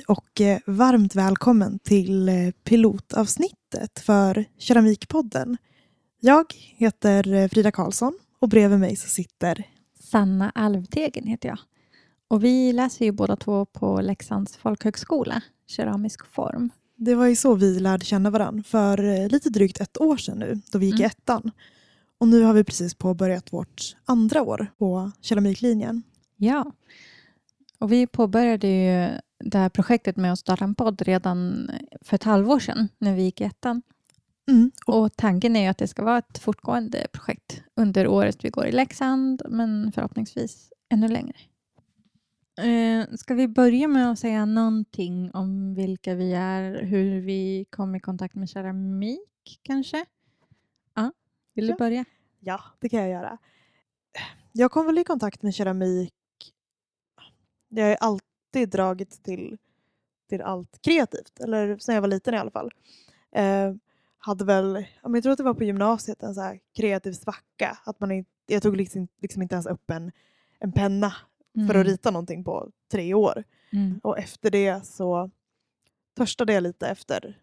och varmt välkommen till pilotavsnittet för Keramikpodden. Jag heter Frida Karlsson och bredvid mig så sitter Sanna Alvtegen heter jag. Och vi läser ju båda två på Leksands folkhögskola, keramisk form. Det var ju så vi lärde känna varandra för lite drygt 1 år sedan nu, då vi gick i ettan. Och nu har vi precis påbörjat vårt andra år på keramiklinjen. Ja, och vi påbörjade ju det här projektet med att starta en podd redan för 1 halvår sedan när vi gick i ettan. Och tanken är ju att det ska vara ett fortgående projekt under året vi går i Leksand, men förhoppningsvis ännu längre. Ska vi börja med att säga någonting om vilka vi är, hur vi kom i kontakt med keramik kanske? Ja, vill du börja? Ja, det kan jag göra. Jag kom väl i kontakt med keramik. Jag har alltid dragits till allt kreativt, eller sen jag var liten i alla fall. Hade väl, jag tror att det var på gymnasiet, en så här kreativ svacka. Att jag tog liksom inte ens upp en penna för att rita någonting på 3 år. Och efter det så törstade jag lite efter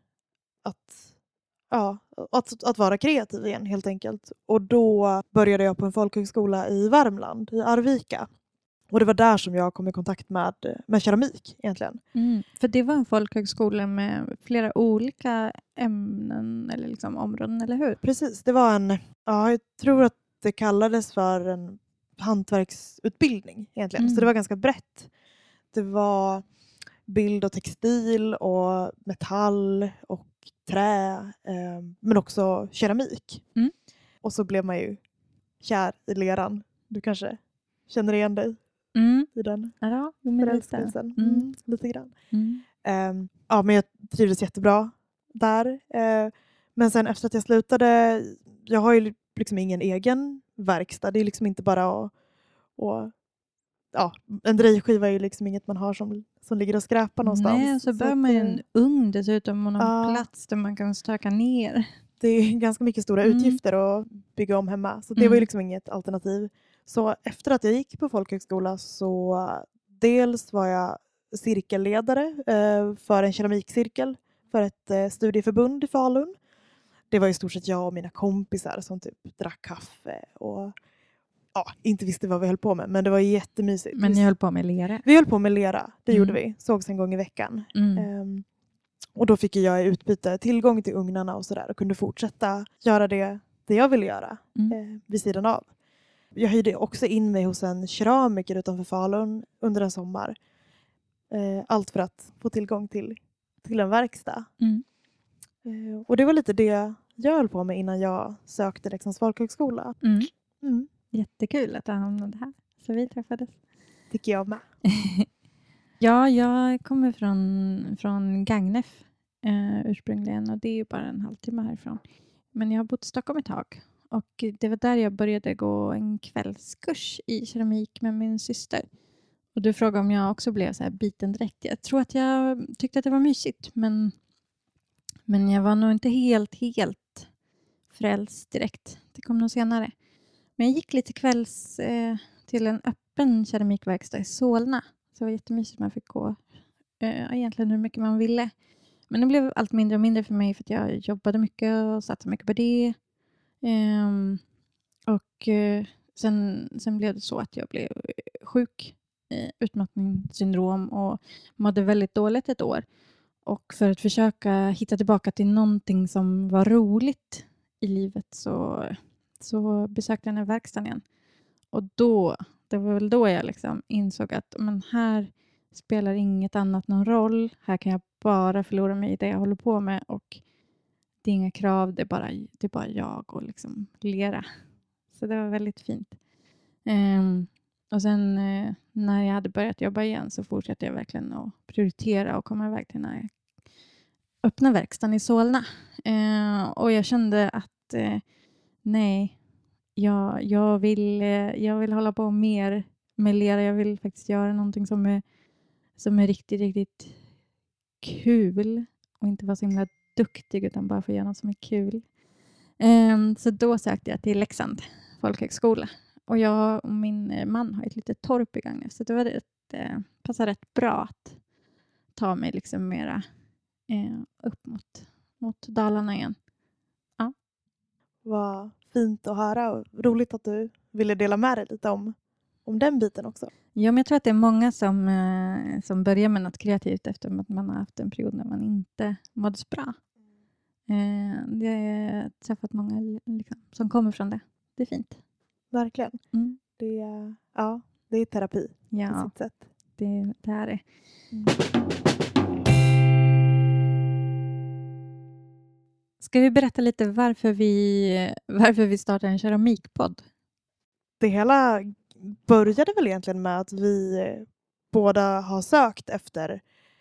att vara kreativ igen helt enkelt. Och då började jag på en folkhögskola i Värmland, i Arvika. Och det var där som jag kom i kontakt med keramik egentligen. För det var en folkhögskola med flera olika ämnen eller liksom områden, eller hur? Precis, det var jag tror att det kallades för en hantverksutbildning egentligen. Så det var ganska brett. Det var bild och textil och metall och trä, men också keramik. Och så blev man ju kär i leran. Du kanske känner igen dig i den förälskelsen. Lite grann. Men jag trivdes jättebra där. Men sen efter att jag slutade, jag har ju liksom ingen egen verkstad. Det är liksom inte bara en drejskiva är ju liksom inget man har som ligger och skräpar någonstans. Nej, så bör man ju en ugn dessutom och någon plats där man kan stöka ner. Det är ganska mycket stora utgifter att bygga om hemma. Så det var ju liksom inget alternativ. Så efter att jag gick på folkhögskola så dels var jag cirkelledare för en keramikcirkel för ett studieförbund i Falun. Det var i stort sett jag och mina kompisar som typ drack kaffe och inte visste vad vi höll på med. Men det var jättemysigt. Men ni höll på med lera? Vi höll på med lera, det gjorde vi. Sågs en gång i veckan. Och då fick jag i utbyte tillgång till ugnarna och sådär. Och kunde fortsätta göra det jag ville göra vid sidan av. Jag hyrde också in mig hos en keramiker utanför Falun under en sommar. Allt för att få tillgång till en verkstad. Och det var lite det jag höll på med innan jag sökte Leksands folkhögskola. Jättekul att du hamnade här. Så vi träffades. Tycker jag med. Ja, jag kommer från Gagnef ursprungligen. Och det är ju bara en halvtimme härifrån. Men jag har bott i Stockholm ett tag. Och det var där jag började gå en kvällskurs i keramik med min syster. Och du frågade om jag också blev så här biten direkt. Jag tror att jag tyckte att det var mysigt. Men jag var nog inte helt frälst direkt. Det kom nog senare. Men jag gick lite kvälls till en öppen keramikverkstad i Solna. Så det var jättemysigt. Man fick gå egentligen hur mycket man ville. Men det blev allt mindre och mindre för mig för att jag jobbade mycket och satsade mycket på det. Sen blev det så att jag blev sjuk, utmattningssyndrom och mådde väldigt dåligt ett år. Och för att försöka hitta tillbaka till någonting som var roligt i livet så besökte jag den här verkstaden igen. Och det var väl då jag liksom insåg att men här spelar inget annat någon roll. Här kan jag bara förlora mig i det jag håller på med och det är inga krav, det är bara jag och liksom lera. Så det var väldigt fint. Och sen när jag hade börjat jobba igen så fortsatte jag verkligen att prioritera och komma iväg till den här öppna verkstaden i Solna. Och jag kände att nej, jag vill hålla på mer med lera. Jag vill faktiskt göra någonting som är riktigt, riktigt kul och inte vara så himla duktig utan bara få göra något som är kul. Så då sökte jag till Leksand folkhögskola. Och jag och min man har ett litet torp i Gagnef. Så det var passade rätt bra att ta mig liksom mera upp mot Dalarna igen. Vad fint att höra och roligt att du ville dela med dig lite om den biten också. Ja, men jag tror att det är många som börjar med något kreativt efter att man har haft en period när man inte mådde så bra. Det har träffat många liksom, som kommer från det. Det är fint. Verkligen. Mm. Det är terapi på Ja, sitt sätt. det är det. Mm. Ska vi berätta lite varför vi startar en keramikpodd? Det hela började väl egentligen med att vi båda har sökt efter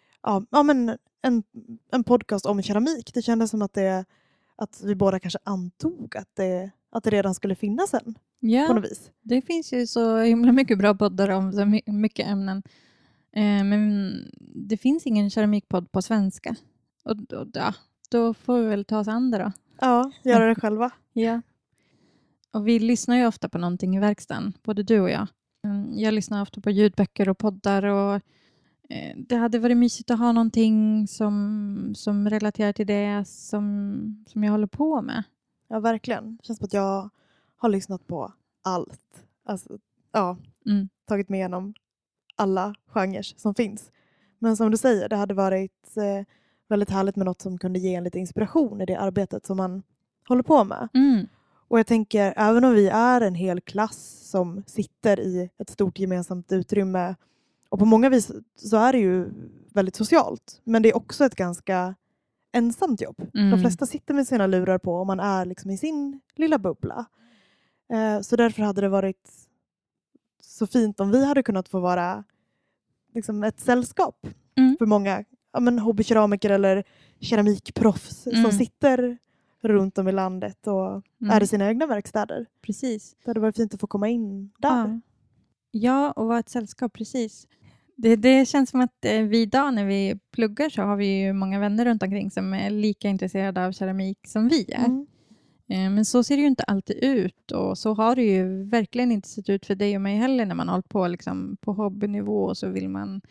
en podcast om keramik. Det kändes som att vi båda kanske antog att det redan skulle finnas en på något vis. Det finns ju så himla mycket bra poddar om så mycket ämnen. Men det finns ingen keramikpodd på svenska. Och då får vi väl ta oss an det då. Ja, göra det själva. Ja. Och vi lyssnar ju ofta på någonting i verkstaden, både du och jag. Jag lyssnar ofta på ljudböcker och poddar och det hade varit mysigt att ha någonting som relaterar till det som jag håller på med. Ja, verkligen. Det känns som att jag har lyssnat på allt. Alltså, tagit med igenom alla genrer som finns. Men som du säger, det hade varit väldigt härligt med något som kunde ge en lite inspiration i det arbetet som man håller på med. Mm. Och jag tänker, även om vi är en hel klass som sitter i ett stort gemensamt utrymme och på många vis så är det ju väldigt socialt. Men det är också ett ganska ensamt jobb. De flesta sitter med sina lurar på och man är liksom i sin lilla bubbla. Så därför hade det varit så fint om vi hade kunnat få vara liksom ett sällskap för många hobbykeramiker eller keramikproffs som sitter runt om i landet och är i sina egna verkstäder. Precis. Det hade varit fint att få komma in där. Ja, och vara ett sällskap, precis. Det känns som att vi idag när vi pluggar så har vi ju många vänner runt omkring som är lika intresserade av keramik som vi är. Men så ser det ju inte alltid ut och så har det ju verkligen inte sett ut för dig och mig heller när man har hållit på liksom, på hobbynivå och så vill man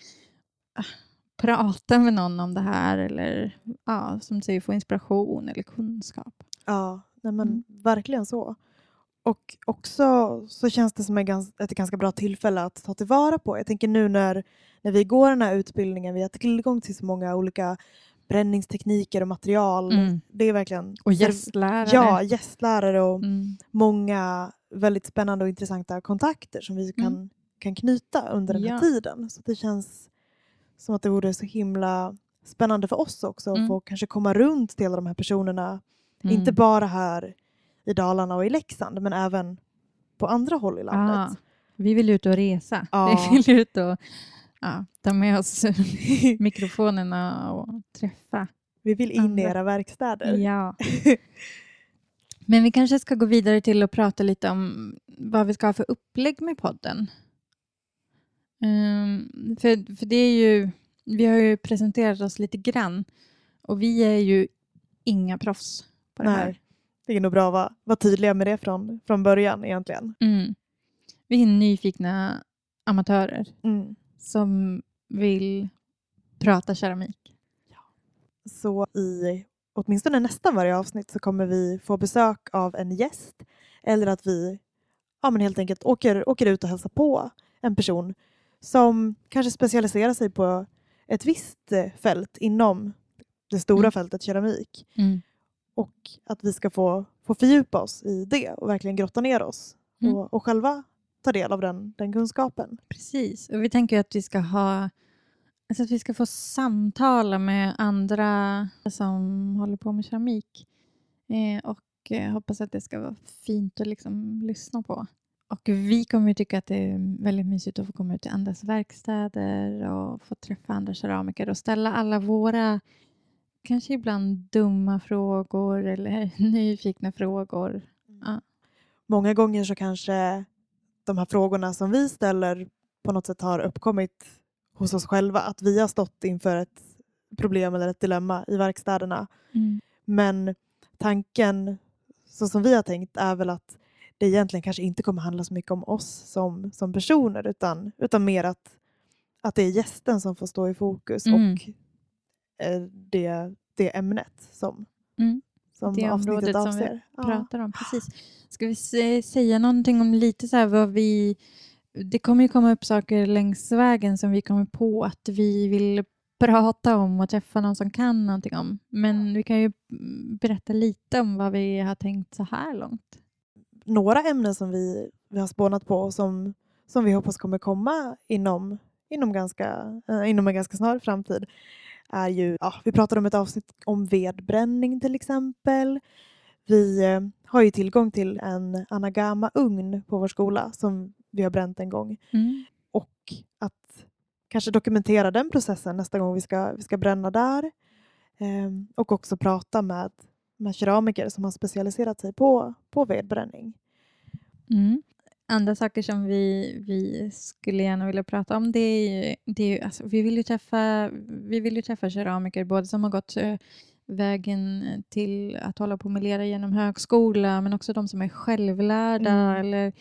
prata med någon om det här eller som du säger få inspiration eller kunskap. Ja, men verkligen så. Och också så känns det som ett ganska bra tillfälle att ta tillvara på. Jag tänker nu när vi går den här utbildningen, vi har tillgång till så många olika bränningstekniker och material. Det är verkligen... Och gästlärare. Ja, gästlärare och många väldigt spännande och intressanta kontakter som vi kan knyta under den här tiden. Så det känns som att det vore så himla spännande för oss också att få kanske komma runt till alla de här personerna. Inte bara här i Dalarna och i Leksand, men även på andra håll i landet. Vi vill ut och resa. Vi vill ut och ta med oss mikrofonerna och träffa. Vi vill in i era verkstäder. Ja. Men vi kanske ska gå vidare till att prata lite om vad vi ska ha för upplägg med podden. För det är ju, vi har ju presenterat oss lite grann och vi är ju inga proffs på det här. Det är nog bra att vara tydliga med det från början egentligen. Vi är nyfikna amatörer som vill prata keramik. Så i åtminstone nästan varje avsnitt så kommer vi få besök av en gäst. Eller att vi helt enkelt åker ut och hälsar på en person som kanske specialiserar sig på ett visst fält inom det stora fältet keramik. Och att vi ska få fördjupa oss i det och verkligen grotta ner oss. Och själva ta del av den kunskapen. Precis, och vi tänker att vi ska att vi ska få samtala med andra som håller på med keramik. Och hoppas att det ska vara fint att liksom lyssna på. Och vi kommer tycka att det är väldigt mysigt att få komma ut till andras verkstäder och få träffa andra keramiker och ställa alla våra kanske ibland dumma frågor eller nyfikna frågor. Många gånger så kanske de här frågorna som vi ställer på något sätt har uppkommit hos oss själva. Att vi har stått inför ett problem eller ett dilemma i verkstäderna. Men tanken, så som vi har tänkt, är väl att det egentligen kanske inte kommer handla så mycket om oss som personer utan mer att att det är gästen som får stå i fokus och det ämnet som det avsnittet avser. Som vi pratar om. Precis. Ska vi säga någonting om lite så här vad det kommer ju komma upp saker längs vägen som vi kommer på att vi vill prata om och träffa någon som kan någonting om. Men vi kan ju berätta lite om vad vi har tänkt så här långt. Några ämnen som vi har spånat på och som vi hoppas kommer komma inom en ganska snar framtid är ju, vi pratar om ett avsnitt om vedbränning till exempel. Vi har ju tillgång till en Anagama-ugn på vår skola som vi har bränt en gång. Och att kanske dokumentera den processen nästa gång vi ska bränna där. Och också prata med keramiker som har specialiserat sig på vedbränning. Andra saker som vi skulle gärna vilja prata om, det är ju alltså, vi vill ju träffa keramiker både som har gått vägen till att hålla på med lera genom högskola, men också de som är självlärda eller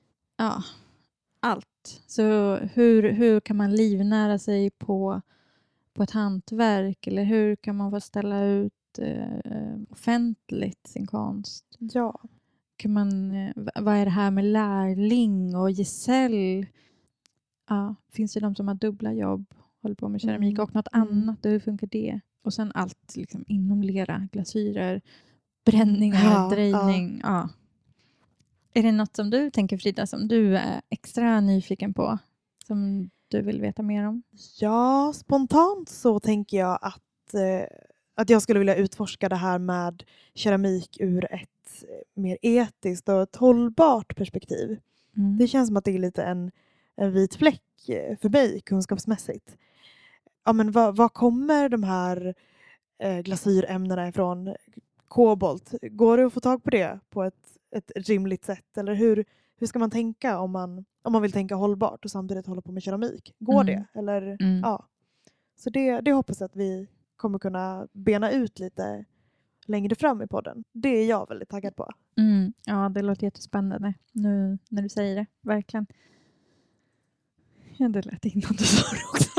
allt. Så hur kan man livnära sig på ett hantverk, eller hur kan man få ställa ut offentligt sin konst? Ja. Vad är det här med lärling och gesäll? Finns det de som har dubbla jobb, håller på med keramik och något annat? Hur funkar det? Och sen allt liksom, inom lera, glasyrer, bränningar, drejning. Är det något som du tänker, Frida, som du är extra nyfiken på? Som du vill veta mer om? Ja, spontant så tänker jag att jag skulle vilja utforska det här med keramik ur ett mer etiskt och ett hållbart perspektiv. Det känns som att det är lite en vit fläck för mig kunskapsmässigt. Ja, men vad kommer de här glasyrämnena ifrån? Kobolt, går det att få tag på det på ett rimligt sätt? Eller hur ska man tänka om man vill tänka hållbart och samtidigt hålla på med keramik? Går det? Eller, Så det hoppas jag att vi kommer kunna bena ut lite längre fram i podden. Det är jag väldigt taggad på. Ja, det låter jättespännande nu när du säger det. Verkligen. Ja, det lät innan du sa det också.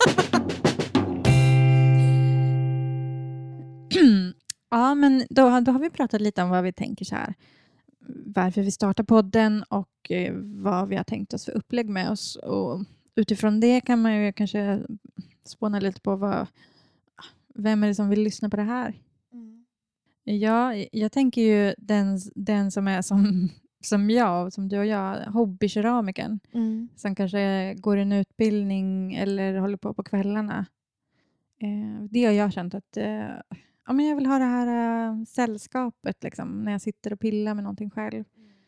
Ja, men då har vi pratat lite om vad vi tänker så här. Varför vi startar podden och vad vi har tänkt oss för upplägg med oss. Och utifrån det kan man ju kanske spåna lite på vem är det som vill lyssna på det här? Ja, jag tänker ju den som är som jag, som du och jag, hobbykeramikern. Som kanske går en utbildning eller håller på kvällarna. Det har jag känt att men jag vill ha det här sällskapet liksom, när jag sitter och pillar med någonting själv.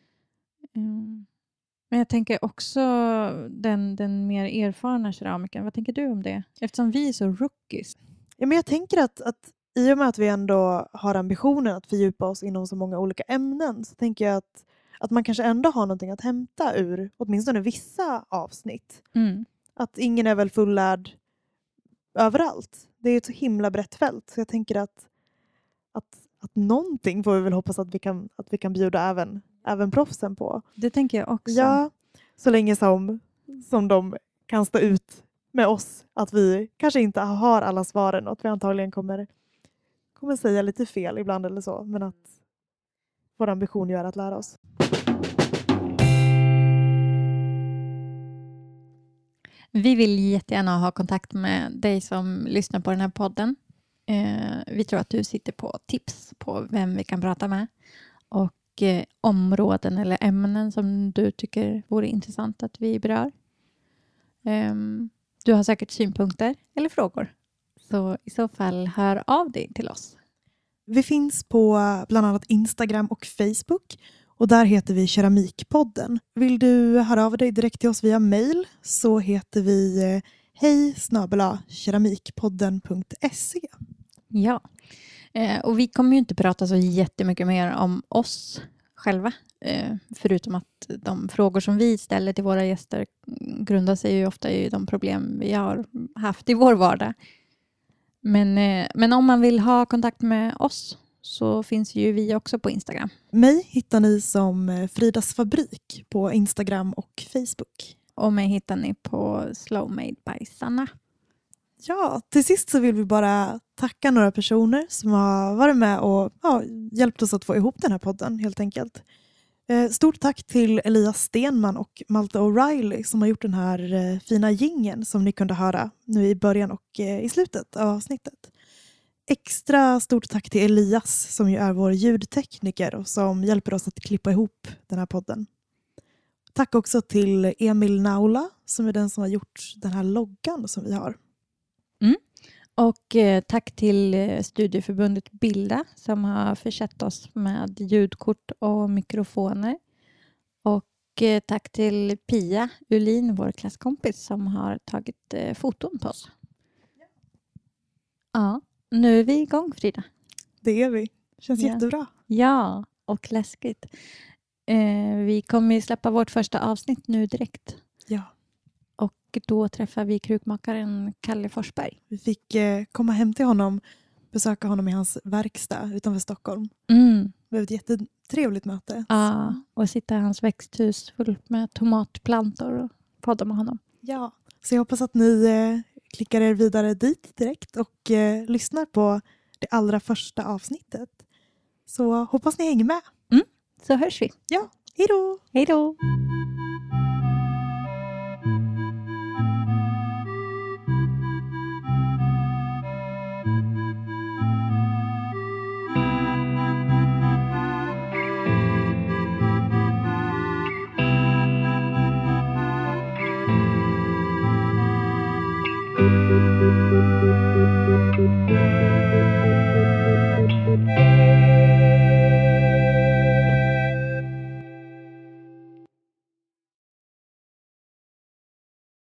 Men jag tänker också den mer erfarna keramikern. Vad tänker du om det? Eftersom vi är så rookies. Ja, men jag tänker att i och med att vi ändå har ambitionen att fördjupa oss inom så många olika ämnen, så tänker jag att man kanske ändå har någonting att hämta ur åtminstone vissa avsnitt. Att ingen är väl fullärd överallt. Det är ett så himla brett fält. Så jag tänker att någonting får vi väl hoppas att vi kan bjuda även proffsen på. Det tänker jag också. Ja, så länge som de kan stå ut med oss. Att vi kanske inte har alla svaren och att vi antagligen kommer säga lite fel ibland eller så. Men att vår ambition är att lära oss. Vi vill jättegärna ha kontakt med dig som lyssnar på den här podden. Vi tror att du sitter på tips på vem vi kan prata med. Och områden eller ämnen som du tycker vore intressant att vi berör. Du har säkert synpunkter eller frågor. Så i så fall hör av dig till oss. Vi finns på bland annat Instagram och Facebook. Och där heter vi Keramikpodden. Vill du höra av dig direkt till oss via mail så heter vi hej@keramikpodden.se. Ja, och vi kommer ju inte prata så jättemycket mer om oss själva. Förutom att de frågor som vi ställer till våra gäster grundar sig ju ofta i de problem vi har haft i vår vardag. Men om man vill ha kontakt med oss så finns ju vi också på Instagram. Mig hittar ni som Fridas fabrik på Instagram och Facebook. Och mig hittar ni på Slow Made by Sanna. Ja, till sist så vill vi bara tacka några personer som har varit med och hjälpt oss att få ihop den här podden helt enkelt. Stort tack till Elias Stenman och Malte O'Reilly som har gjort den här fina jingeln som ni kunde höra nu i början och i slutet av avsnittet. Extra stort tack till Elias som ju är vår ljudtekniker och som hjälper oss att klippa ihop den här podden. Tack också till Emil Naula som är den som har gjort den här loggan som vi har. Och tack till studieförbundet Bilda som har försett oss med ljudkort och mikrofoner. Och tack till Pia Ulin, vår klasskompis, som har tagit foton på oss. Ja, nu är vi igång, Frida. Det är vi. Känns jättebra. Ja, och läskigt. Vi kommer släppa vårt första avsnitt nu direkt. Ja. Och då träffar vi krukmakaren Kalle Forsberg. Vi fick komma hem till honom, besöka honom i hans verkstad utanför Stockholm. Det var ett jättetrevligt möte. Ja, och sitta i hans växthus fullt med tomatplantor och podda med honom. Ja, så jag hoppas att ni klickar er vidare dit direkt och lyssnar på det allra första avsnittet. Så hoppas ni hänger med. Så hörs vi. Ja, hej då! Hej då!